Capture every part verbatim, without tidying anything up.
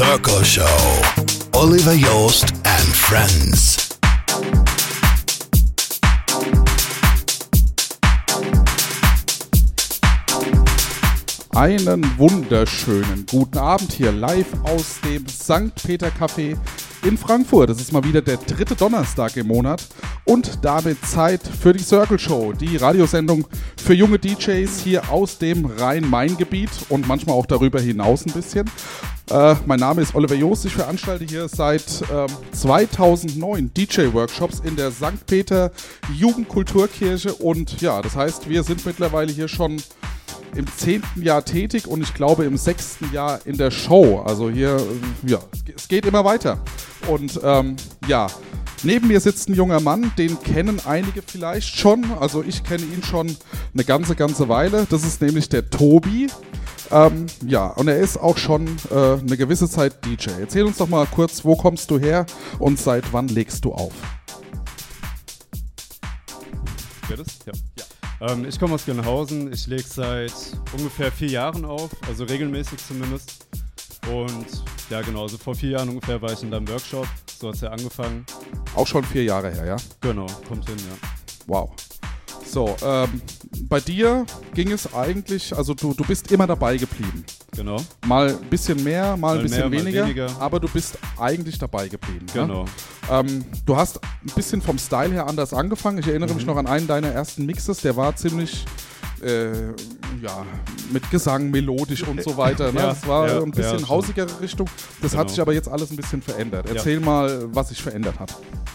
Circle Show. Oliver Joost and Friends. Einen wunderschönen guten Abend hier live aus dem Sankt Peter Café in Frankfurt. Es ist mal wieder der dritte Donnerstag im Monat und damit Zeit für die Circle Show, die Radiosendung für junge D Js hier aus dem Rhein-Main-Gebiet und manchmal auch darüber hinaus ein bisschen. Äh, mein Name ist Oliver Joost, ich veranstalte hier seit ähm, zweitausendneun D J-Workshops in der Sankt Peter Jugendkulturkirche und ja, das heißt, wir sind mittlerweile hier schon im zehnten Jahr tätig und ich glaube im sechsten Jahr in der Show. Also hier, ja, es geht immer weiter. Und ähm, ja, neben mir sitzt ein junger Mann, den kennen einige vielleicht schon. Also ich kenne ihn schon eine ganze, ganze Weile. Das ist nämlich der Tobi. Ähm, ja, und er ist auch schon äh, eine gewisse Zeit D J. Erzähl uns doch mal kurz, wo kommst du her und seit wann legst du auf? Wird es? Ja. ja. Ähm, ich komme aus Gelnhausen, ich lege seit ungefähr vier Jahren auf, also regelmäßig zumindest. Und ja genau, also vor vier Jahren ungefähr war ich in deinem Workshop, so hat es ja angefangen. Auch schon vier Jahre her, ja? Genau, kommt hin, ja. Wow. So, ähm, bei dir ging es eigentlich, also du, du bist immer dabei geblieben. Genau. Mal ein bisschen mehr, mal, mal ein bisschen mehr, weniger, weniger, aber du bist eigentlich dabei geblieben. Genau. Ne? Ähm, du hast ein bisschen vom Style her anders angefangen. Ich erinnere mhm. mich noch an einen deiner ersten Mixes, der war ziemlich, äh, ja, mit Gesang, melodisch und so weiter. Ne? ja, das war ja, ein bisschen ja, hausigere Richtung. Das genau. hat sich aber jetzt alles ein bisschen verändert. Erzähl ja. mal, was sich verändert hat.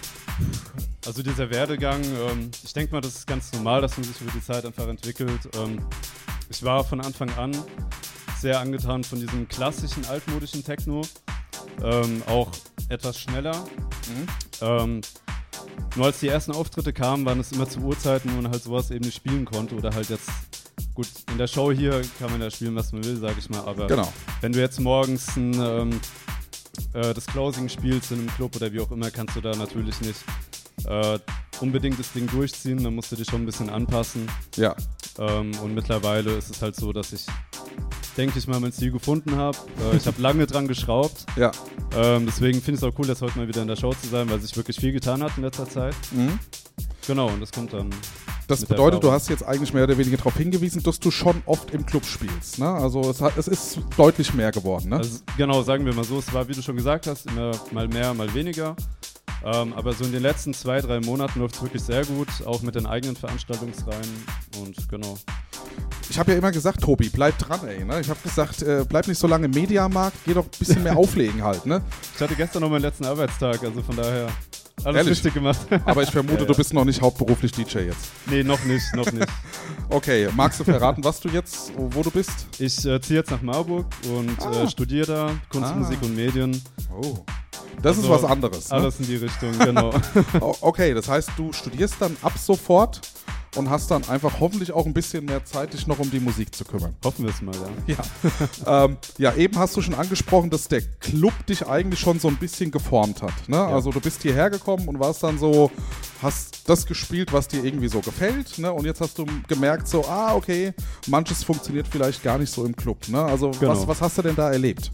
Also dieser Werdegang, ähm, ich denke mal, das ist ganz normal, dass man sich über die Zeit einfach entwickelt. Ähm, ich war von Anfang an sehr angetan von diesem klassischen, altmodischen Techno, ähm, auch etwas schneller. Mhm. Ähm, nur als die ersten Auftritte kamen, waren es immer zu Uhrzeiten, wo man halt sowas eben nicht spielen konnte oder halt jetzt, gut, in der Show hier kann man ja spielen, was man will, sage ich mal, aber genau. wenn du jetzt morgens ein, ähm, äh, das Closing spielst in einem Club oder wie auch immer, kannst du da natürlich nicht äh, unbedingt das Ding durchziehen, dann musst du dich schon ein bisschen anpassen. Ja. Ähm, und mittlerweile ist es halt so, dass ich, denke ich mal, mein Stil gefunden habe. Äh, ich habe lange dran geschraubt. Ja. Ähm, deswegen finde ich es auch cool, jetzt heute mal wieder in der Show zu sein, weil sich wirklich viel getan hat in letzter Zeit. Mhm. Genau, und das kommt dann. Das bedeutet, du hast jetzt eigentlich mehr oder weniger darauf hingewiesen, dass du schon oft im Club spielst. Ne? Also es, hat, es ist deutlich mehr geworden. Ne? Also, genau, sagen wir mal so, es war, wie du schon gesagt hast, immer mal mehr, mal weniger. Ähm, aber so in den letzten zwei, drei Monaten läuft es wirklich sehr gut, auch mit den eigenen Veranstaltungsreihen und genau. Ich habe ja immer gesagt, Tobi, bleib dran, ey. Ne? Ich habe gesagt, äh, bleib nicht so lange im Mediamarkt, geh doch ein bisschen mehr auflegen halt. Ne? Ich hatte gestern noch meinen letzten Arbeitstag, also von daher alles Ehrlich? richtig gemacht. Aber ich vermute, ja, ja. du bist noch nicht hauptberuflich D J jetzt. Nee, noch nicht, noch nicht. Okay, magst du verraten, was du jetzt, wo du bist? Ich äh, ziehe jetzt nach Marburg und ah. äh, studiere da Kunst, ah. Musik und Medien. Oh. Das also, ist was anderes. Ne? Alles in die Richtung, genau. Okay, das heißt, du studierst dann ab sofort und hast dann einfach hoffentlich auch ein bisschen mehr Zeit, dich noch um die Musik zu kümmern. Hoffen wir es mal, ja. Ja. ähm, ja, eben hast du schon angesprochen, dass der Club dich eigentlich schon so ein bisschen geformt hat. Ne? Ja. Also du bist hierher gekommen und warst dann so, hast das gespielt, was dir irgendwie so gefällt. Ne? Und jetzt hast du gemerkt so, ah, okay, manches funktioniert vielleicht gar nicht so im Club. Ne? Also genau. was, was hast du denn da erlebt?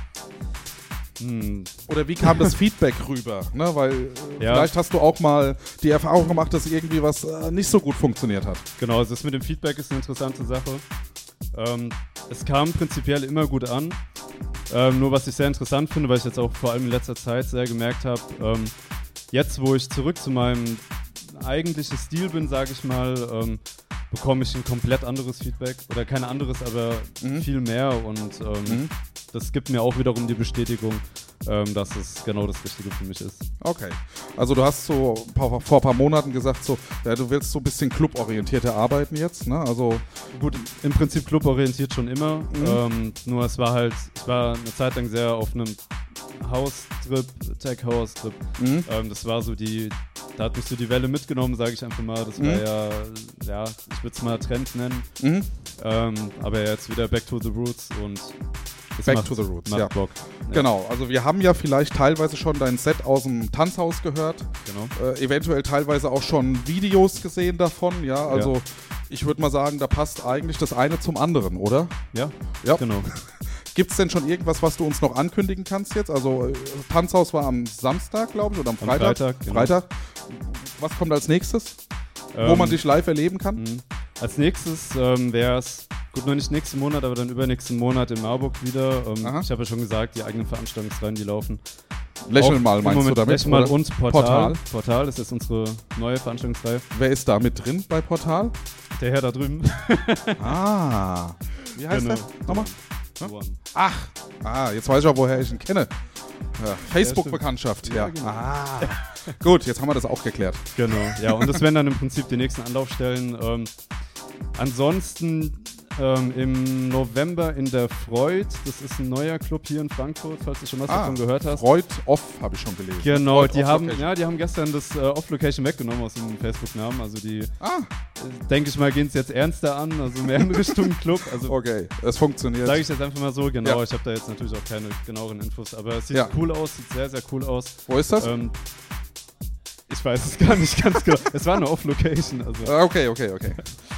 Hm. Oder wie kam das Feedback rüber? Ne? Weil äh, ja. vielleicht hast du auch mal die Erfahrung gemacht, dass irgendwie was äh, nicht so gut funktioniert hat. Genau, also das mit dem Feedback ist eine interessante Sache. Ähm, es kam prinzipiell immer gut an. Ähm, nur was ich sehr interessant finde, weil ich jetzt auch vor allem in letzter Zeit sehr gemerkt habe, ähm, jetzt wo ich zurück zu meinem eigentlichen Stil bin, sage ich mal, ähm, bekomme ich ein komplett anderes Feedback. Oder kein anderes, aber mhm. viel mehr und ähm, mhm. das gibt mir auch wiederum die Bestätigung, ähm, dass es genau das Richtige für mich ist. Okay. Also du hast so vor, vor ein paar Monaten gesagt, so, ja, du willst so ein bisschen cluborientierter arbeiten jetzt, ne? Also gut, im Prinzip cluborientiert schon immer. Mhm. Ähm, nur es war halt, ich war eine Zeit lang sehr auf einem House-Trip, Tech-House-Trip. Mhm. Ähm, das war so die, da hat mich so die Welle mitgenommen, sage ich einfach mal. Das mhm. war ja, ja, ich würde es mal Trend nennen. Mhm. Ähm, aber jetzt wieder back to the roots und das Back macht, to the Roots, macht ja. Bock. Ja. Genau, also wir haben ja vielleicht teilweise schon dein Set aus dem Tanzhaus gehört. Genau. Äh, eventuell teilweise auch schon Videos gesehen davon, ja. Also ja. ich würde mal sagen, da passt eigentlich das eine zum anderen, oder? Ja, ja. genau. Gibt es denn schon irgendwas, was du uns noch ankündigen kannst jetzt? Also äh, Tanzhaus war am Samstag, glaube ich, oder am Am Freitag? Freitag, genau. Freitag. Was kommt als nächstes? Ähm, Wo man dich live erleben kann? mh. Als nächstes ähm, wäre es, gut, noch nicht nächsten Monat, aber dann übernächsten Monat in Marburg wieder. Ähm, Aha. ich habe ja schon gesagt, die eigenen Veranstaltungsreihen, die laufen. Lächeln Auch mal, im meinst Moment du damit? Lächeln mal oder? und Portal. Portal. Portal, das ist unsere neue Veranstaltungsreihe. Wer ist da mit drin bei Portal? Der Herr da drüben. Ah. Wie heißt Genau. der? Nochmal? One. Ach. Ah, jetzt weiß ich auch, woher ich ihn kenne. Ja, Facebook-Bekanntschaft. Ja, Ja. genau. Ah. Gut, jetzt haben wir das auch geklärt. Genau, ja, und das wären dann im Prinzip die nächsten Anlaufstellen. Ähm, ansonsten ähm, im November in der Freud, das ist ein neuer Club hier in Frankfurt, falls du schon was Ah, davon gehört hast. Freud Off habe ich schon gelesen. Genau, Freud die Off haben, Location. ja, die haben gestern das äh, Off-Location weggenommen aus dem Facebook-Namen. Also die, Ah, äh, denke ich mal, gehen es jetzt ernster an, also mehr in Richtung Club. Also okay, es funktioniert. sage ich jetzt einfach mal so, genau. Ja. Ich habe da jetzt natürlich auch keine genaueren Infos, aber es sieht Ja. cool aus, sieht sehr, sehr cool aus. Wo ist das? Ähm, ich weiß es gar nicht ganz genau. Es war eine Off-Location, also. Ah, okay, okay, okay.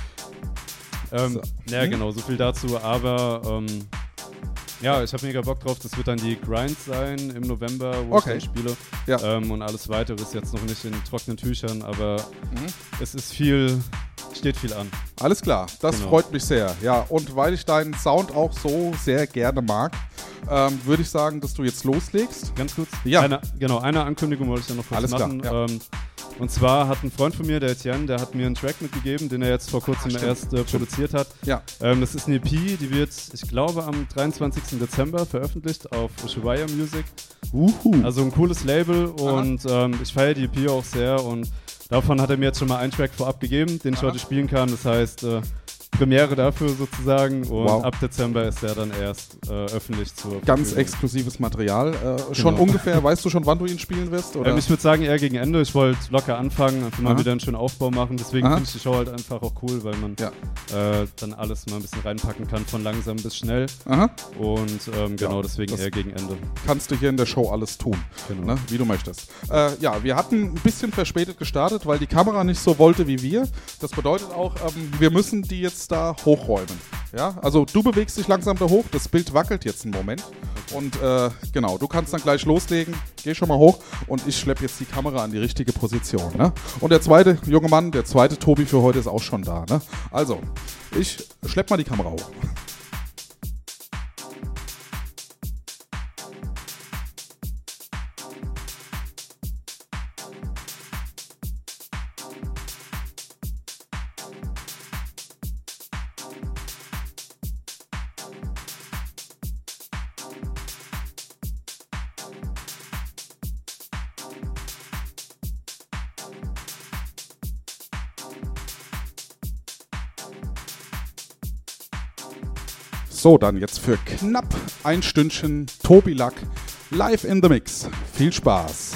Ähm, So. Ja, Hm? genau, so viel dazu. Aber ähm, ja, ich habe mega Bock drauf. Das wird dann die Grind sein im November, wo Okay. ich dann spiele. Ja. Ähm, und alles weitere ist jetzt noch nicht in trockenen Tüchern, aber Mhm. es ist viel, steht viel an. Alles klar, das Genau. freut mich sehr. Ja, und weil ich deinen Sound auch so sehr gerne mag, ähm, würde ich sagen, dass du jetzt loslegst. Ganz kurz. Ja. Eine, genau, eine Ankündigung wollte ich dann noch kurz Alles klar, machen. ja. Ähm, und zwar hat ein Freund von mir, der Etienne, der hat mir einen Track mitgegeben, den er jetzt vor kurzem Ah, stimmt. erst äh, produziert hat. Ja, Ähm, das ist eine E P, die wird, ich glaube, am dreiundzwanzigsten Dezember veröffentlicht auf Ushuaia Music. Uhu. Also ein cooles Label und ähm, ich feiere die E P auch sehr und davon hat er mir jetzt schon mal einen Track vorab gegeben, den ich Aha. heute spielen kann. Das heißt, äh, Premiere dafür sozusagen und Wow. ab Dezember ist er dann erst äh, öffentlich zur Ganz Verfügung. exklusives Material. Äh, Schon Genau. ungefähr, weißt du schon, wann du ihn spielen wirst? Oder? Ähm, ich würde sagen eher gegen Ende. Ich wollte locker anfangen, einfach mal Aha. wieder einen schönen Aufbau machen. Deswegen Aha. finde ich die Show halt einfach auch cool, weil man Ja. äh, dann alles mal ein bisschen reinpacken kann, von langsam bis schnell. Aha. Und ähm, genau Ja, deswegen das- eher gegen Ende. Kannst du hier in der Show alles tun, Genau. ne? Wie du möchtest. Äh, ja, wir hatten ein bisschen verspätet gestartet, weil die Kamera nicht so wollte wie wir. Das bedeutet auch, ähm, wir müssen die jetzt da hochräumen. Ja, also du bewegst dich langsam da hoch, das Bild wackelt jetzt einen Moment. Und äh, genau, du kannst dann gleich loslegen. Geh schon mal hoch und ich schleppe jetzt die Kamera an die richtige Position. Ne? Und der zweite junge Mann, der zweite Tobi für heute ist auch schon da. Ne? Also, ich schlepp mal die Kamera hoch. So, dann jetzt für knapp ein Stündchen Tobi Lack live in the mix. Viel Spaß.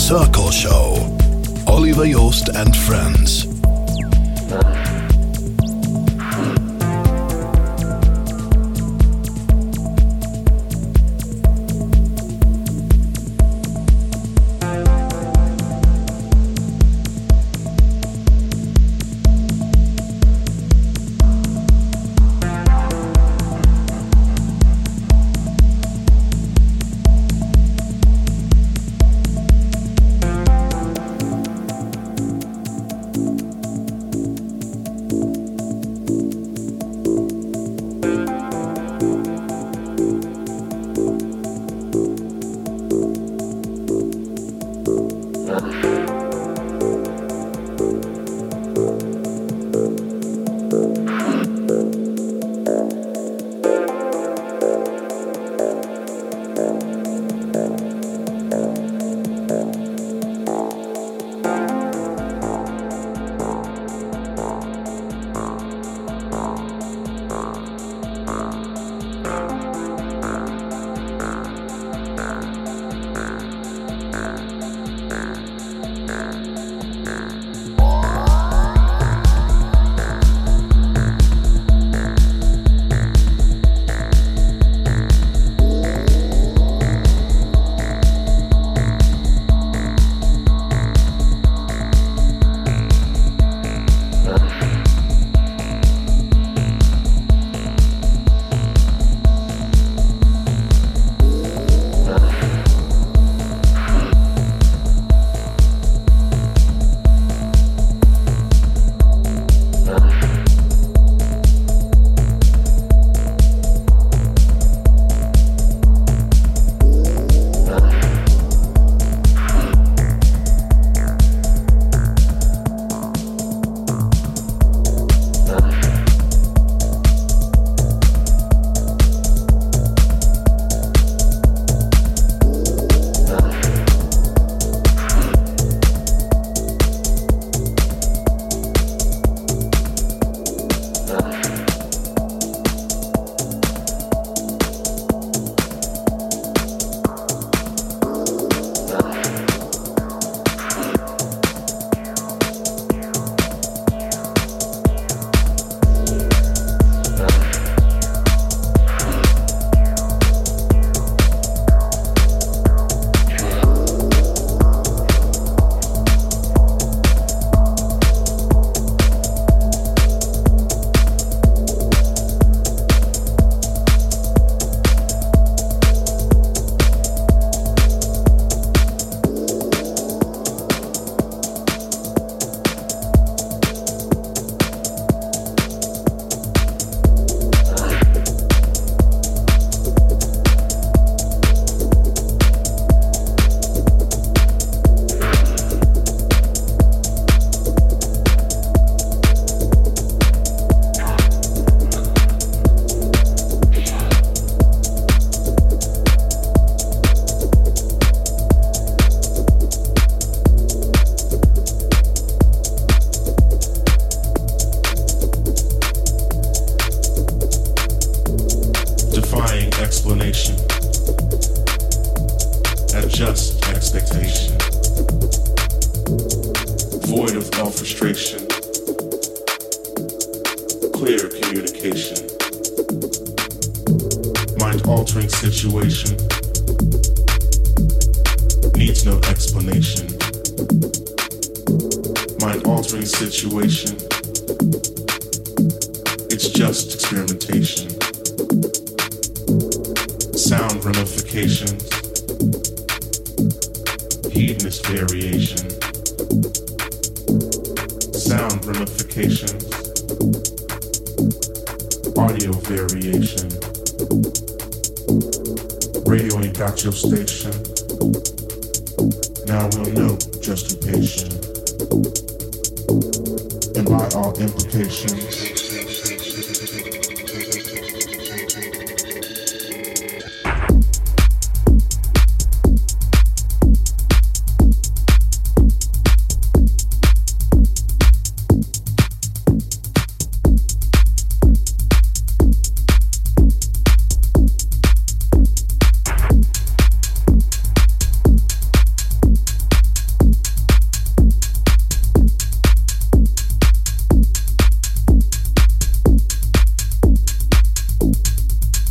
Circle Show. Oliver Joost and Friends. Your station. Now we'll know just who patient. And by all implications.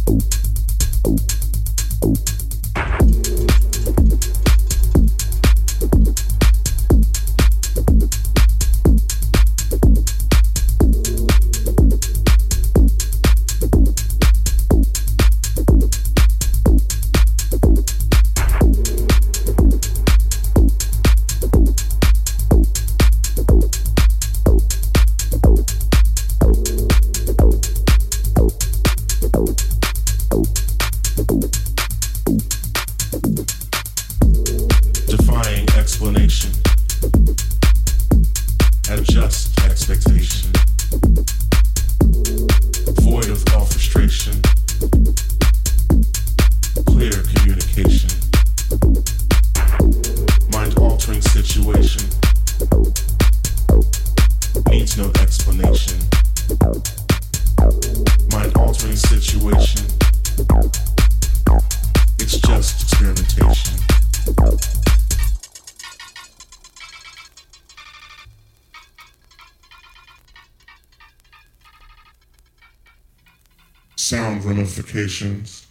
Sound ramifications,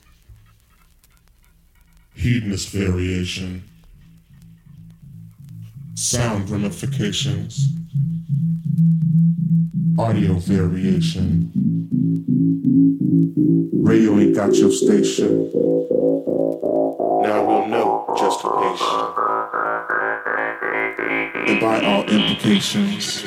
hedonist variation, sound ramifications, audio variation. Radio ain't got your station. Now we'll know justification. And by all implications,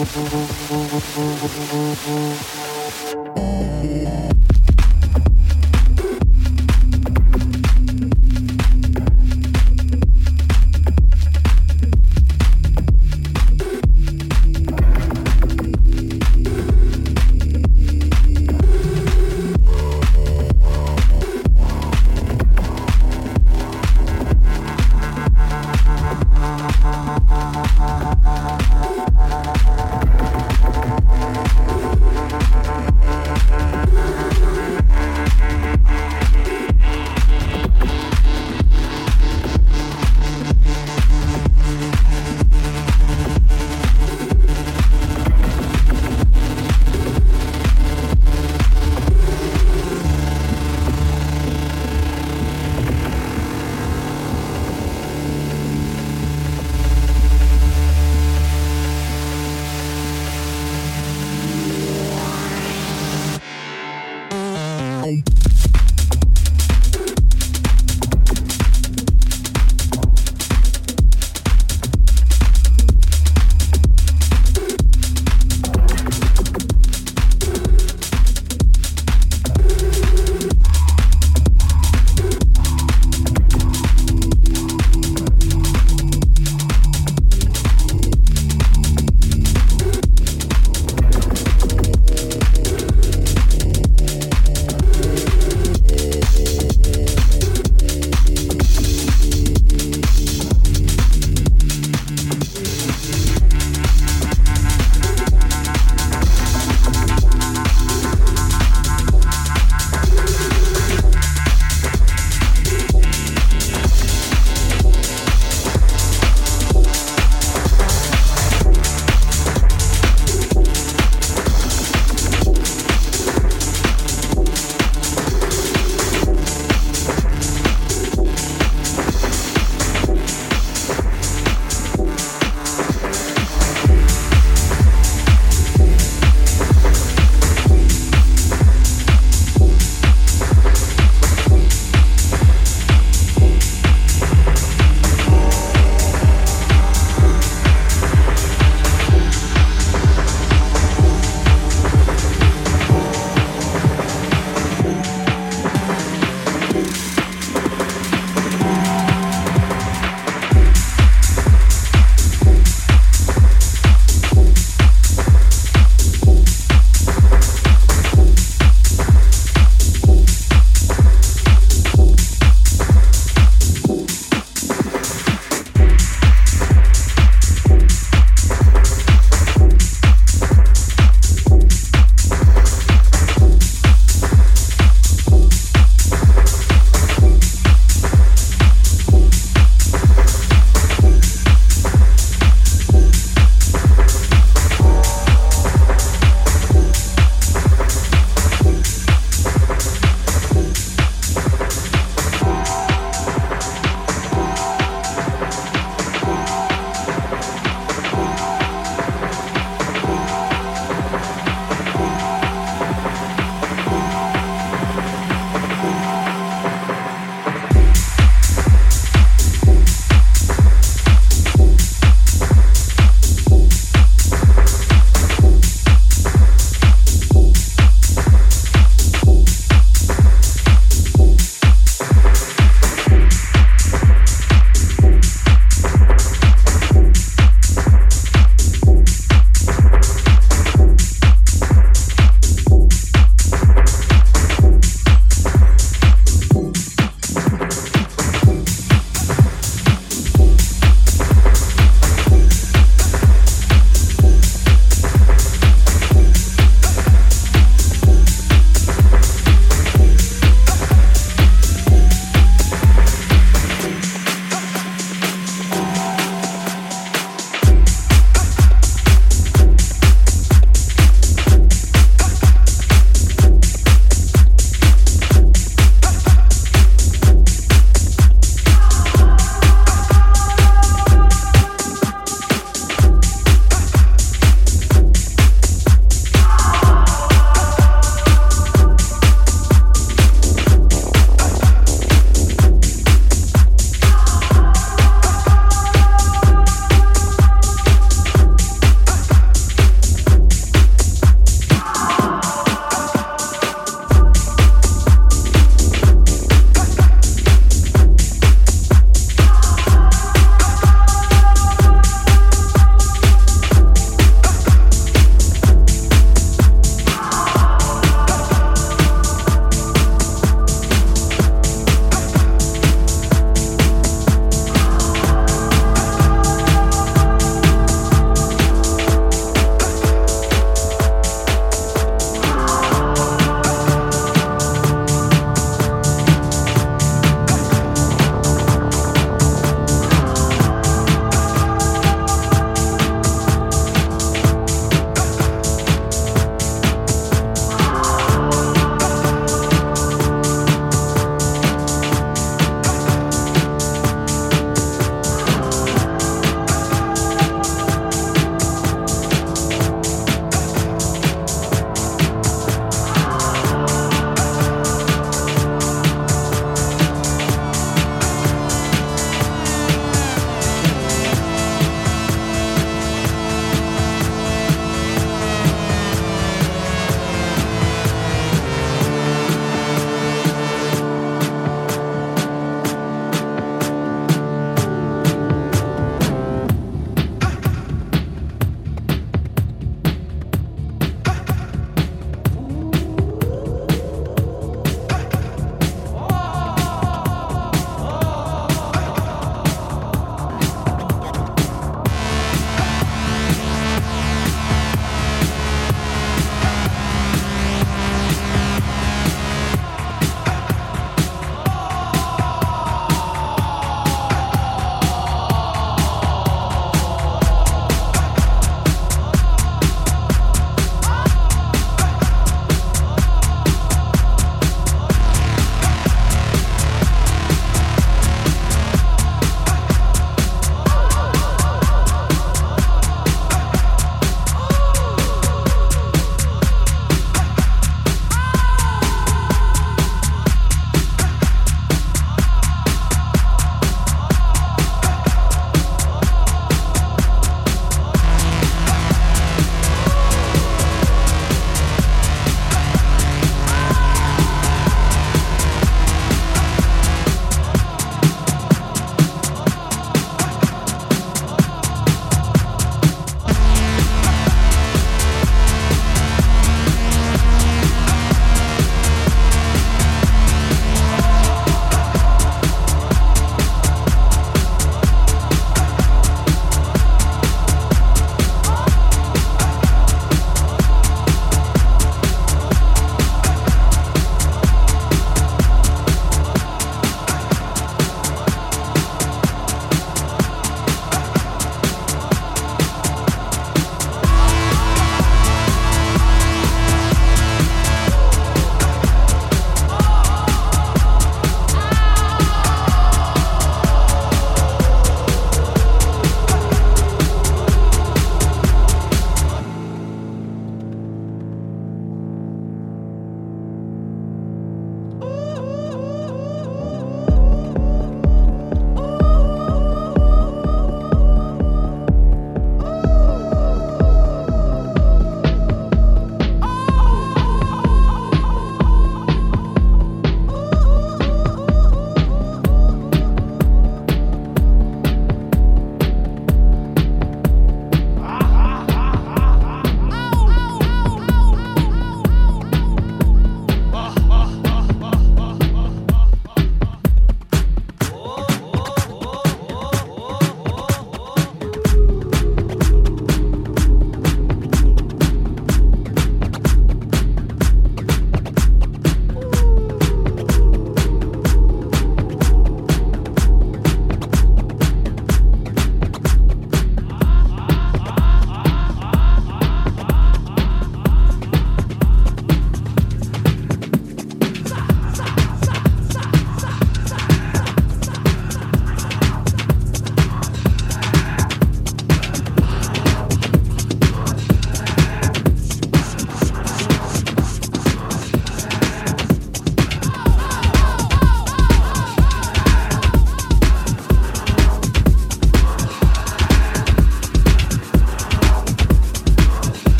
We'll be right back.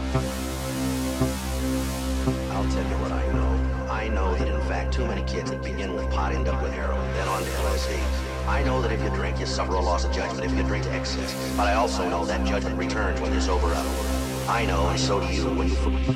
I'll tell you what I know. I know that in fact too many kids that begin with pot end up with heroin, then on to L S D. I know that if you drink, you suffer a loss of judgment if you drink to excess. But I also know that judgment returns when you're sober up. I know, and so do you, when you...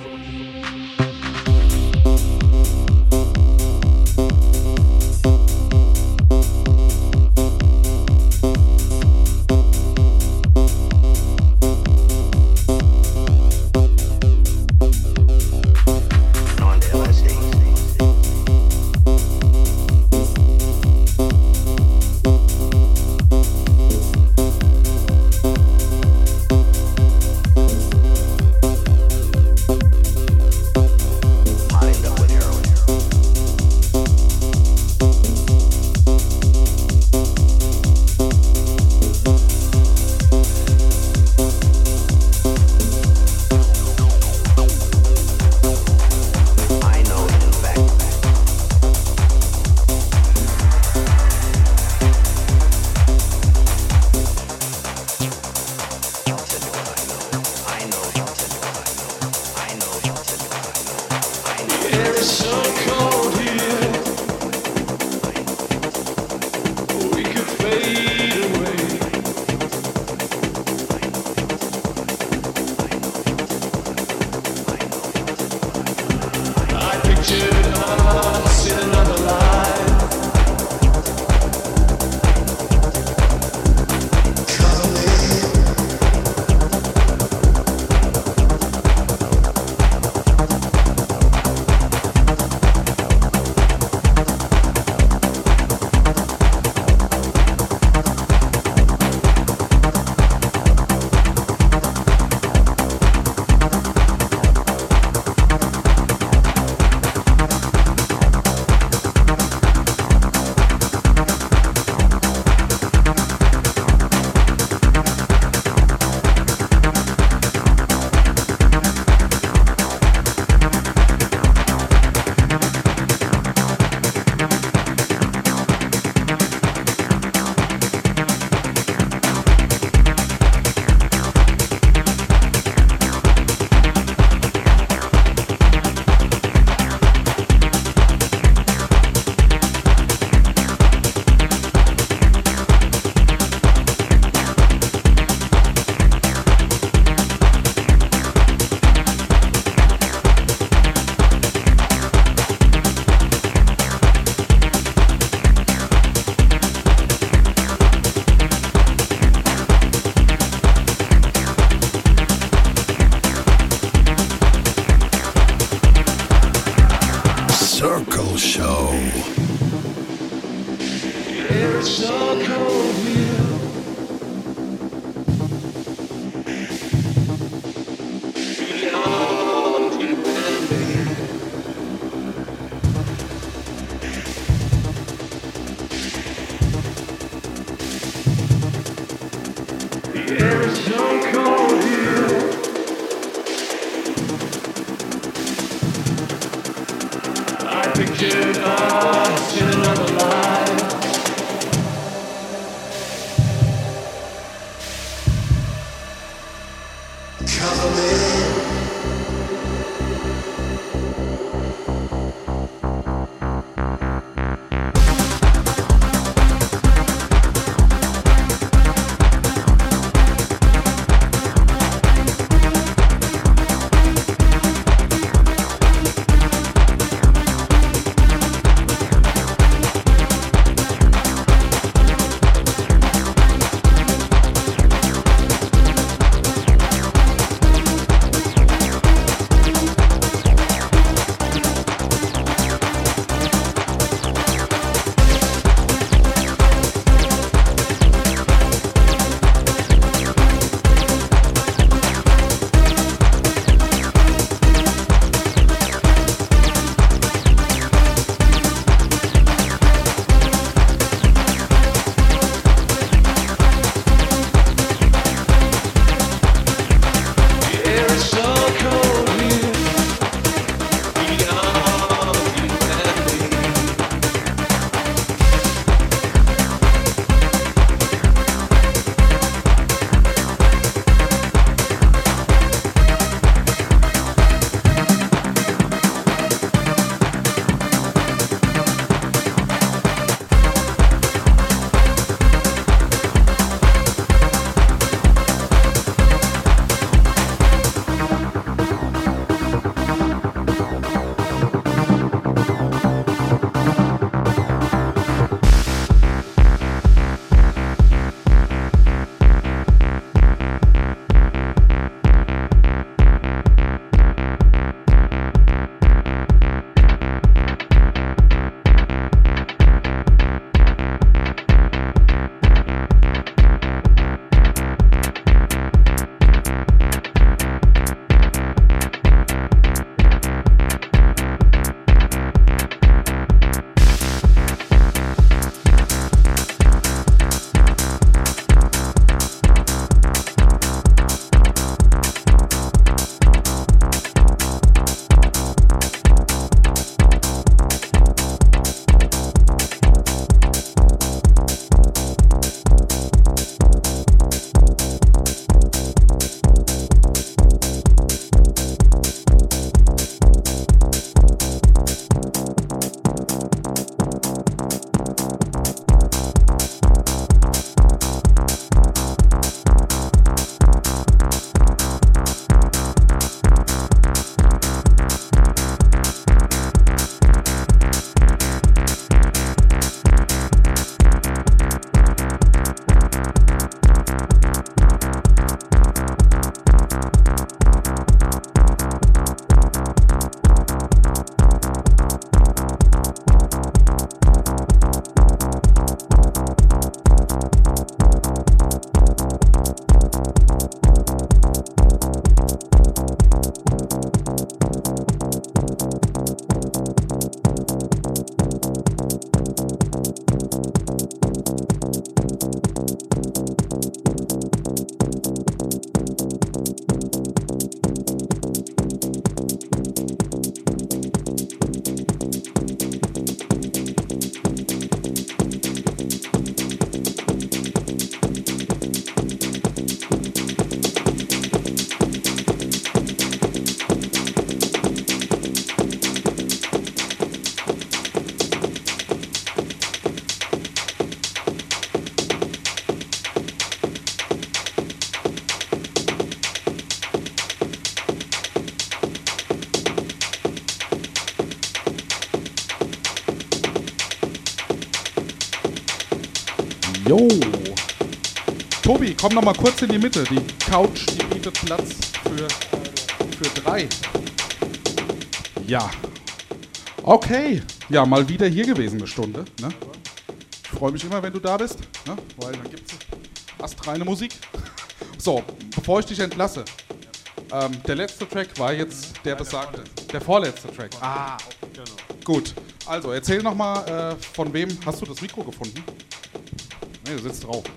Jo. Tobi, komm noch mal kurz in die Mitte. Die Couch, die bietet Platz für, für drei. Ja. Okay. Ja, mal wieder hier gewesen eine Stunde. Ne? Ich freue mich immer, wenn du da bist, ne? Weil dann gibt es astreine Musik. So, bevor ich dich entlasse. Ähm, der letzte Track war jetzt der besagte. Der vorletzte Track. Ah, Genau. gut. Also, erzähl noch mal, äh, von wem hast du das Mikro gefunden? Nee, du sitzt drauf.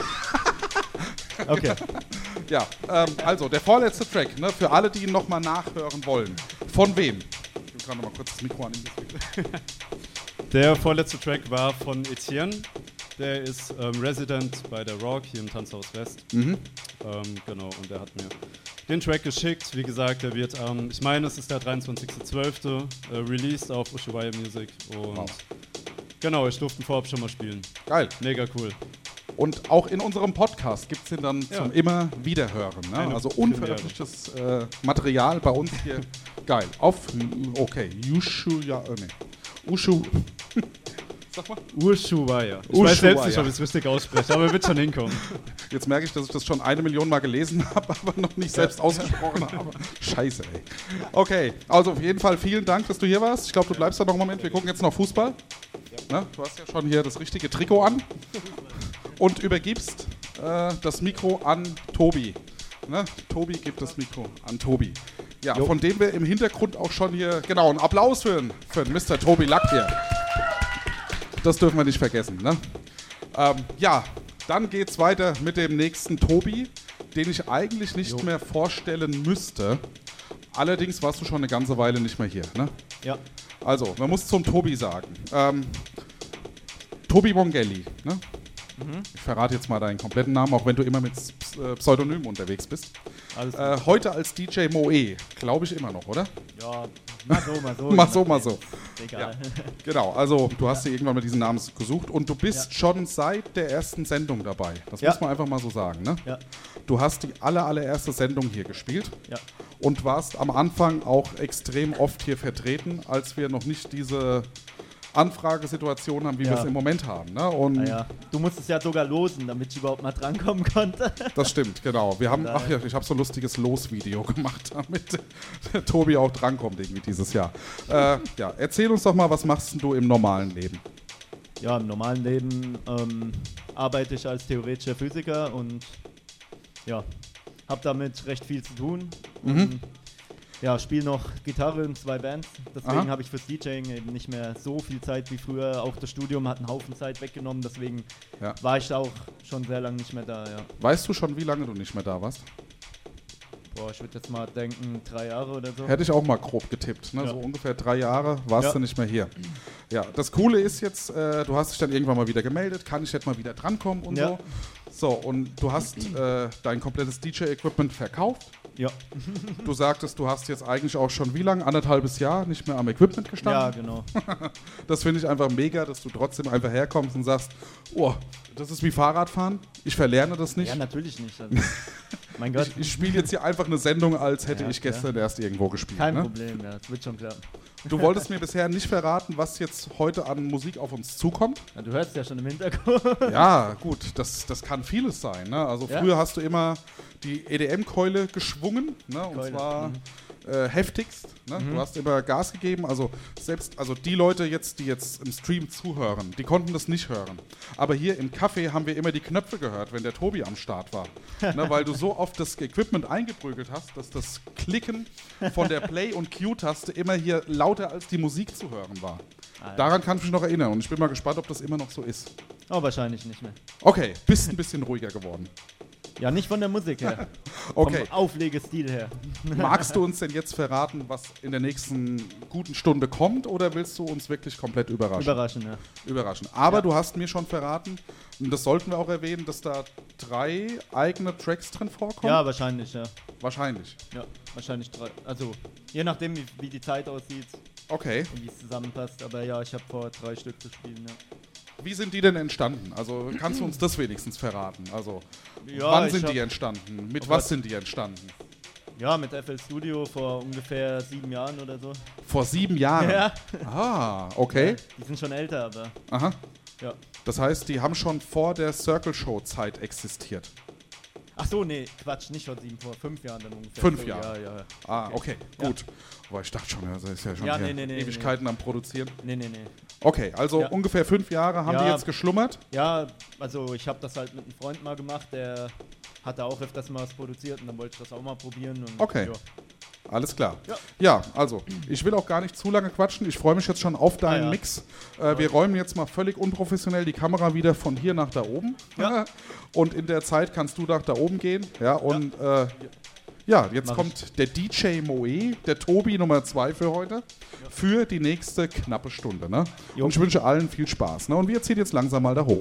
Okay. Ja, ähm, also, der vorletzte Track, ne, für alle, die ihn noch mal nachhören wollen. Von wem? Ich will gerade noch mal kurz das Mikro an ihn. Der vorletzte Track war von Etienne. Der ist ähm, Resident bei der Rock hier im Tanzhaus West. Mhm. Ähm, genau, und der hat mir den Track geschickt. Wie gesagt, der wird am, ähm, ich meine, es ist der dreiundzwanzigster zwölfter Äh, released auf Ushuaia Music. Und Wow. genau, ich durfte ihn vorab schon mal spielen. Geil. Mega cool. Und auch in unserem Podcast gibt es ihn dann Ja. zum immer Wiederhören. Ne? Eine Also Premiere. unveröffentlichtes äh, Material bei uns hier. Geil. Auf, okay, Ushu, ja, äh, nee. Ushu, sag mal. Ushuaia. Ich weiß selbst nicht, Ushuaia. ob ich es richtig ausspreche, aber wird schon hinkommen. Jetzt merke ich, dass ich das schon eine Million Mal gelesen habe, aber noch nicht selbst ausgesprochen habe. Scheiße, ey. Okay, also auf jeden Fall vielen Dank, dass du hier warst. Ich glaube, du bleibst da noch einen Moment. Wir gucken jetzt noch Fußball. Ne? Du hast ja schon hier das richtige Trikot an. Und übergibst äh, das Mikro an Tobi. Ne? Tobi gibt das Mikro an Tobi. Ja, von dem wir im Hintergrund auch schon hier, genau, einen Applaus für, den- für den Mister Tobi Lack hier. Das dürfen wir nicht vergessen. Ne? Ähm, ja, dann geht's weiter mit dem nächsten Tobi, den ich eigentlich nicht Jo. mehr vorstellen müsste. Allerdings warst du schon eine ganze Weile nicht mehr hier. Ne? Ja. Also, man muss zum Tobi sagen. Ähm, Tobi Mongelli. Ne? Ich verrate jetzt mal deinen kompletten Namen, auch wenn du immer mit S- äh, Pseudonymen unterwegs bist. Alles gut. Äh, heute als D J Moe, glaube ich immer noch, oder? Ja, mal so, mal so. Mal so, mal so. Egal. Genau, also du hast dir irgendwann mal diesen Namen gesucht und du bist Ja. schon seit der ersten Sendung dabei. Das Ja. muss man einfach mal so sagen, ne? Ja, Du hast die aller, allererste Sendung hier gespielt ja. und warst am Anfang auch extrem oft hier vertreten, als wir noch nicht diese Anfragesituation haben, wie Ja. wir es im Moment haben. Ne? Und Naja, du musstest ja sogar losen, damit ich überhaupt mal drankommen konnte. das stimmt, genau. Wir haben, ach ja, ich habe so ein lustiges Los-Video gemacht, damit der Tobi auch drankommt irgendwie dieses Jahr. Äh, ja, erzähl uns doch mal, was machst denn du im normalen Leben? Ja, im normalen Leben ähm, arbeite ich als theoretischer Physiker und ja, habe damit recht viel zu tun. Mhm. Und, ja, spiele noch Gitarre in zwei Bands. Deswegen Aha. habe ich fürs DJing eben nicht mehr so viel Zeit wie früher. Auch das Studium hat einen Haufen Zeit weggenommen. Deswegen Ja. war ich da auch schon sehr lange nicht mehr da. Ja. Weißt du schon, wie lange du nicht mehr da warst? Boah, ich würde jetzt mal denken, drei Jahre oder so. Hätte ich auch mal grob getippt. Ne? Ja. So ungefähr drei Jahre warst Ja. du nicht mehr hier. Ja, das Coole ist jetzt, äh, du hast dich dann irgendwann mal wieder gemeldet, kann ich jetzt mal wieder drankommen und Ja. so. So, und du hast äh, dein komplettes D J-Equipment verkauft. Ja, Du sagtest, du hast jetzt eigentlich auch schon wie lange? Anderthalbes Jahr nicht mehr am Equipment ja, gestanden. genau. Das finde ich einfach mega, dass du trotzdem einfach herkommst und sagst, oh, das ist wie Fahrradfahren, ich verlerne das nicht. Ja, natürlich nicht. Also, mein Gott, Ich, ich spiele jetzt hier einfach eine Sendung, als hätte Ja, ich gestern erst irgendwo gespielt. kein ne? Problem, ja, das wird schon klappen. Du wolltest mir bisher nicht verraten, was jetzt heute an Musik auf uns zukommt. Ja, du hörst ja schon im Hintergrund. Ja, gut, das, das kann vieles sein. Ne? Also Ja. früher hast du immer die E D M-Keule geschwungen, ne? und Keule, zwar mhm. äh, heftigst. Ne? Du hast immer Gas gegeben. Also selbst also die Leute jetzt, die jetzt im Stream zuhören, die konnten das nicht hören. Aber hier im Café haben wir immer die Knöpfe gehört, wenn der Tobi am Start war. ne? Weil du so oft das Equipment eingeprügelt hast, dass das Klicken von der Play- und Q-Taste immer hier lauter als die Musik zu hören war. Ah, ja. Daran kann ich mich noch erinnern und ich bin mal gespannt, ob das immer noch so ist. Oh, wahrscheinlich nicht mehr. Okay, bist ein bisschen ruhiger geworden. Ja, nicht von der Musik her. Okay, Vom Auflegestil her. magst du uns denn jetzt verraten, was in der nächsten guten Stunde kommt oder willst du uns wirklich komplett überraschen? Überraschend, ja. Überraschen. Aber Ja. du hast mir schon verraten, und das sollten wir auch erwähnen, dass da drei eigene Tracks drin vorkommen. Ja, wahrscheinlich, ja. Wahrscheinlich. Ja, wahrscheinlich drei. Also, je nachdem, wie, wie die Zeit aussieht Okay. und wie es zusammenpasst. Aber ja, ich habe vor, drei Stück zu spielen, ja. Wie sind die denn entstanden? Also kannst du uns das wenigstens verraten? Also Ja, wann ich sind hab- die entstanden? Mit Oh was Gott. sind die entstanden? Ja, mit F L Studio vor ungefähr sieben Jahren oder so. Vor sieben Jahren? Ja. Ah, okay. Die sind schon älter, aber Aha. Ja. Das heißt, die haben schon vor der Circle Show Zeit existiert. Ach so, nee, Quatsch, nicht schon sieben, vor fünf Jahren dann ungefähr. Fünf so, Jahre? Ja, ja. Ah, okay, Ja. gut. Aber ich dachte schon, ja, das ist ja schon Ja, hier nee, nee, nee, Ewigkeiten am Produzieren. Nee, nee, nee. Okay, also Ja. ungefähr fünf Jahre haben Ja. die jetzt geschlummert. Ja, also ich habe das halt mit einem Freund mal gemacht, der hatte auch öfters mal was produziert und dann wollte ich das auch mal probieren. Und, Okay. Ja. Alles klar. Ja. Ja, also, ich will auch gar nicht zu lange quatschen. Ich freue mich jetzt schon auf deinen Ah, ja. Mix. Äh, wir räumen jetzt mal völlig unprofessionell die Kamera wieder von hier nach da oben. Ja. Und in der Zeit kannst du nach da oben gehen. Ja, und ja, äh, ja jetzt Mach kommt der D J Moe, der Tobi Nummer zwei für heute, für die nächste knappe Stunde. Ne? Jo. Und ich wünsche allen viel Spaß. Ne? Und wir ziehen jetzt langsam mal da hoch.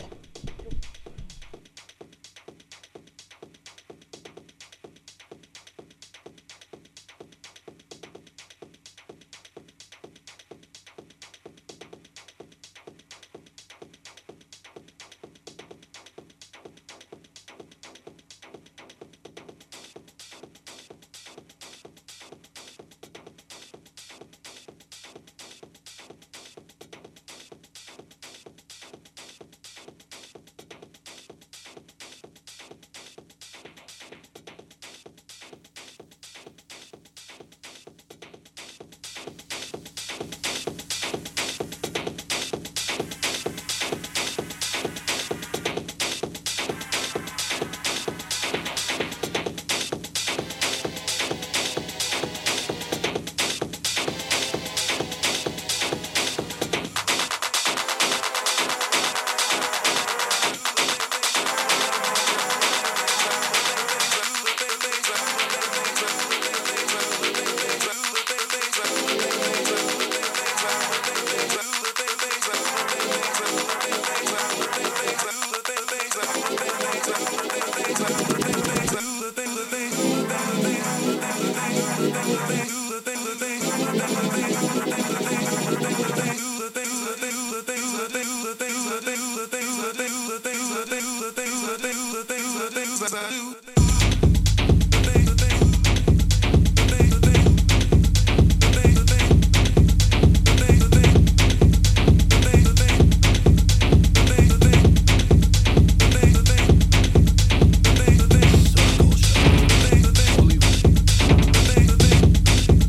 Circle Show. Oliver.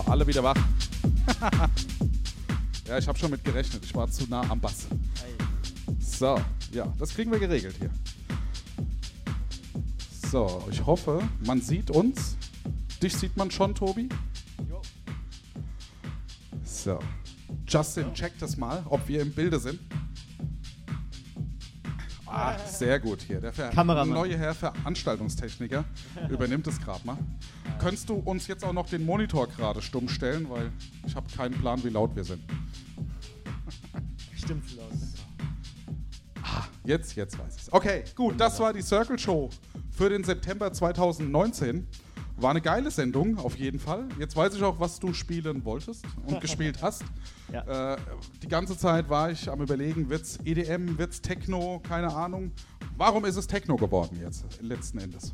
alle wieder wach. Ja, ich habe schon mit gerechnet. Ich war zu nah am Bass. So, ja, das kriegen wir geregelt hier. So, ich hoffe, man sieht uns. Dich sieht man schon, Tobi? Jo. So. Justin, check das mal, ob wir im Bilde sind. Ah, sehr gut hier. Der Ver- neue Herr Veranstaltungstechniker übernimmt es gerade mal. Könntest du uns jetzt auch noch den Monitor gerade stumm stellen, weil ich habe keinen Plan, wie laut wir sind. Stimmt laut. Ne? Ah, jetzt, jetzt weiß ich es. Okay, gut, das war die Circle Show für den September zweitausendneunzehn. War eine geile Sendung, auf jeden Fall. Jetzt weiß ich auch, was du spielen wolltest und gespielt hast. Ja. Äh, die ganze Zeit war ich am Überlegen, wird's E D M, wird's Techno, keine Ahnung. Warum ist es Techno geworden jetzt, letzten Endes?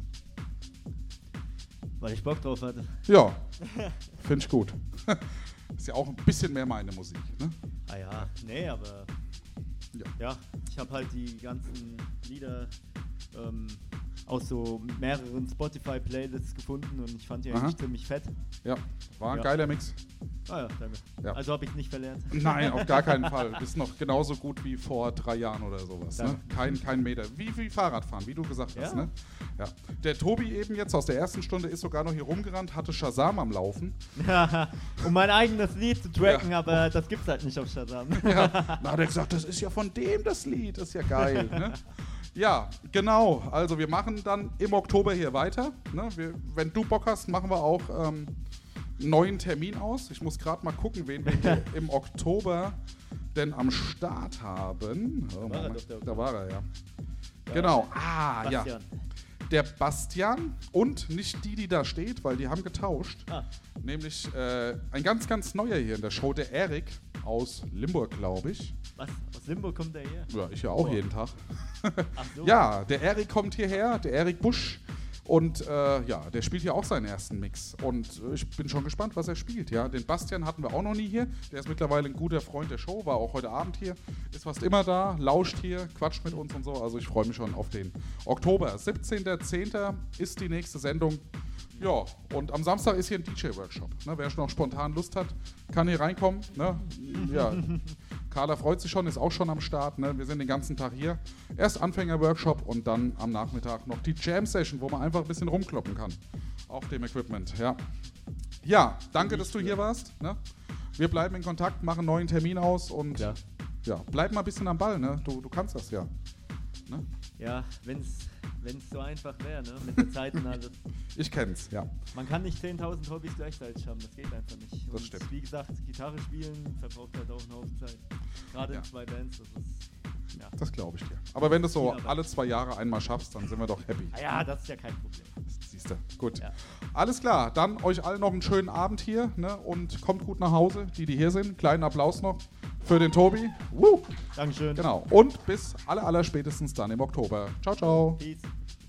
Weil ich Bock drauf hatte. Ja, finde ich gut. Ist ja auch ein bisschen mehr meine Musik, ne? Ah ja, nee, aber ja, ja ich habe halt die ganzen Lieder ähm, aus so mehreren Spotify-Playlists gefunden und ich fand die eigentlich ziemlich fett. Ja, war ein ja. geiler Mix. Ah ja, danke. Ja. Also habe ich nicht verlernt. Nein, auf gar keinen Fall. Du bist noch genauso gut wie vor drei Jahren oder sowas. Ne? Kein, kein Meter. Wie, wie Fahrradfahren, wie du gesagt hast. Ja. Ne? Ja. Der Tobi eben jetzt aus der ersten Stunde ist sogar noch hier rumgerannt, hatte Shazam am Laufen. Um mein eigenes Lied zu tracken, ja. aber das gibt's halt nicht auf Shazam. Ja. Na, hat er gesagt, das ist ja von dem das Lied, das ist ja geil. Ne? Ja, genau. Also wir machen dann im Oktober hier weiter. Ne? Wir, wenn du Bock hast, machen wir auch ähm, einen neuen Termin aus. Ich muss gerade mal gucken, wen wir hier im Oktober denn am Start haben. Oh, da, war Moment, doch, da war er, ja. ja. Genau. Ah, Bastian. ja. Der Bastian und nicht die, die da steht, weil die haben getauscht. Ah. Nämlich äh, ein ganz, ganz neuer hier in der Show, der Erik aus Limburg, glaube ich. Was? Aus Limburg kommt der her? Ja, ich ja auch oh. jeden Tag. Ach so. Ja, der Erik kommt hierher, der Erik Busch. Und äh, ja, der spielt hier auch seinen ersten Mix. Und äh, ich bin schon gespannt, was er spielt. Ja, den Bastian hatten wir auch noch nie hier. Der ist mittlerweile ein guter Freund der Show, war auch heute Abend hier. Ist fast immer da, lauscht hier, quatscht mit uns und so. Also ich freue mich schon auf den Oktober. siebzehnter zehnter ist die nächste Sendung. Ja, und am Samstag ist hier ein D J-Workshop. Ne, wer schon noch spontan Lust hat, kann hier reinkommen. Ne? Ja. Carla freut sich schon, ist auch schon am Start. Ne? Wir sind den ganzen Tag hier. Erst Anfänger-Workshop und dann am Nachmittag noch die Jam-Session, wo man einfach ein bisschen rumkloppen kann auf dem Equipment. Ja, ja danke, dass du hier warst. Ne? Wir bleiben in Kontakt, machen einen neuen Termin aus und ja, ja bleib mal ein bisschen am Ball. Ne? Du, du kannst das ja. Ne? Ja, wenn es so einfach wäre, ne? Mit der Zeit und alles. Ich kenn's, ja. Man kann nicht zehntausend Hobbys gleichzeitig haben, das geht einfach nicht. Das und stimmt. Wie gesagt, Gitarre spielen verbraucht halt auch einen Haufen Zeit. Gerade ja. in zwei Bands, das ist, ja. Das glaube ich dir. Aber wenn du es so alle zwei Jahre einmal schaffst, dann sind wir doch happy. Ah ja, das ist ja kein Problem. Siehst du, gut. Ja. Alles klar, dann euch allen noch einen schönen Abend hier, ne? Und kommt gut nach Hause, die, die hier sind. Kleinen Applaus noch für den Tobi. Woo! Dankeschön. Genau. Und bis aller, aller spätestens dann im Oktober. Ciao, ciao. Peace.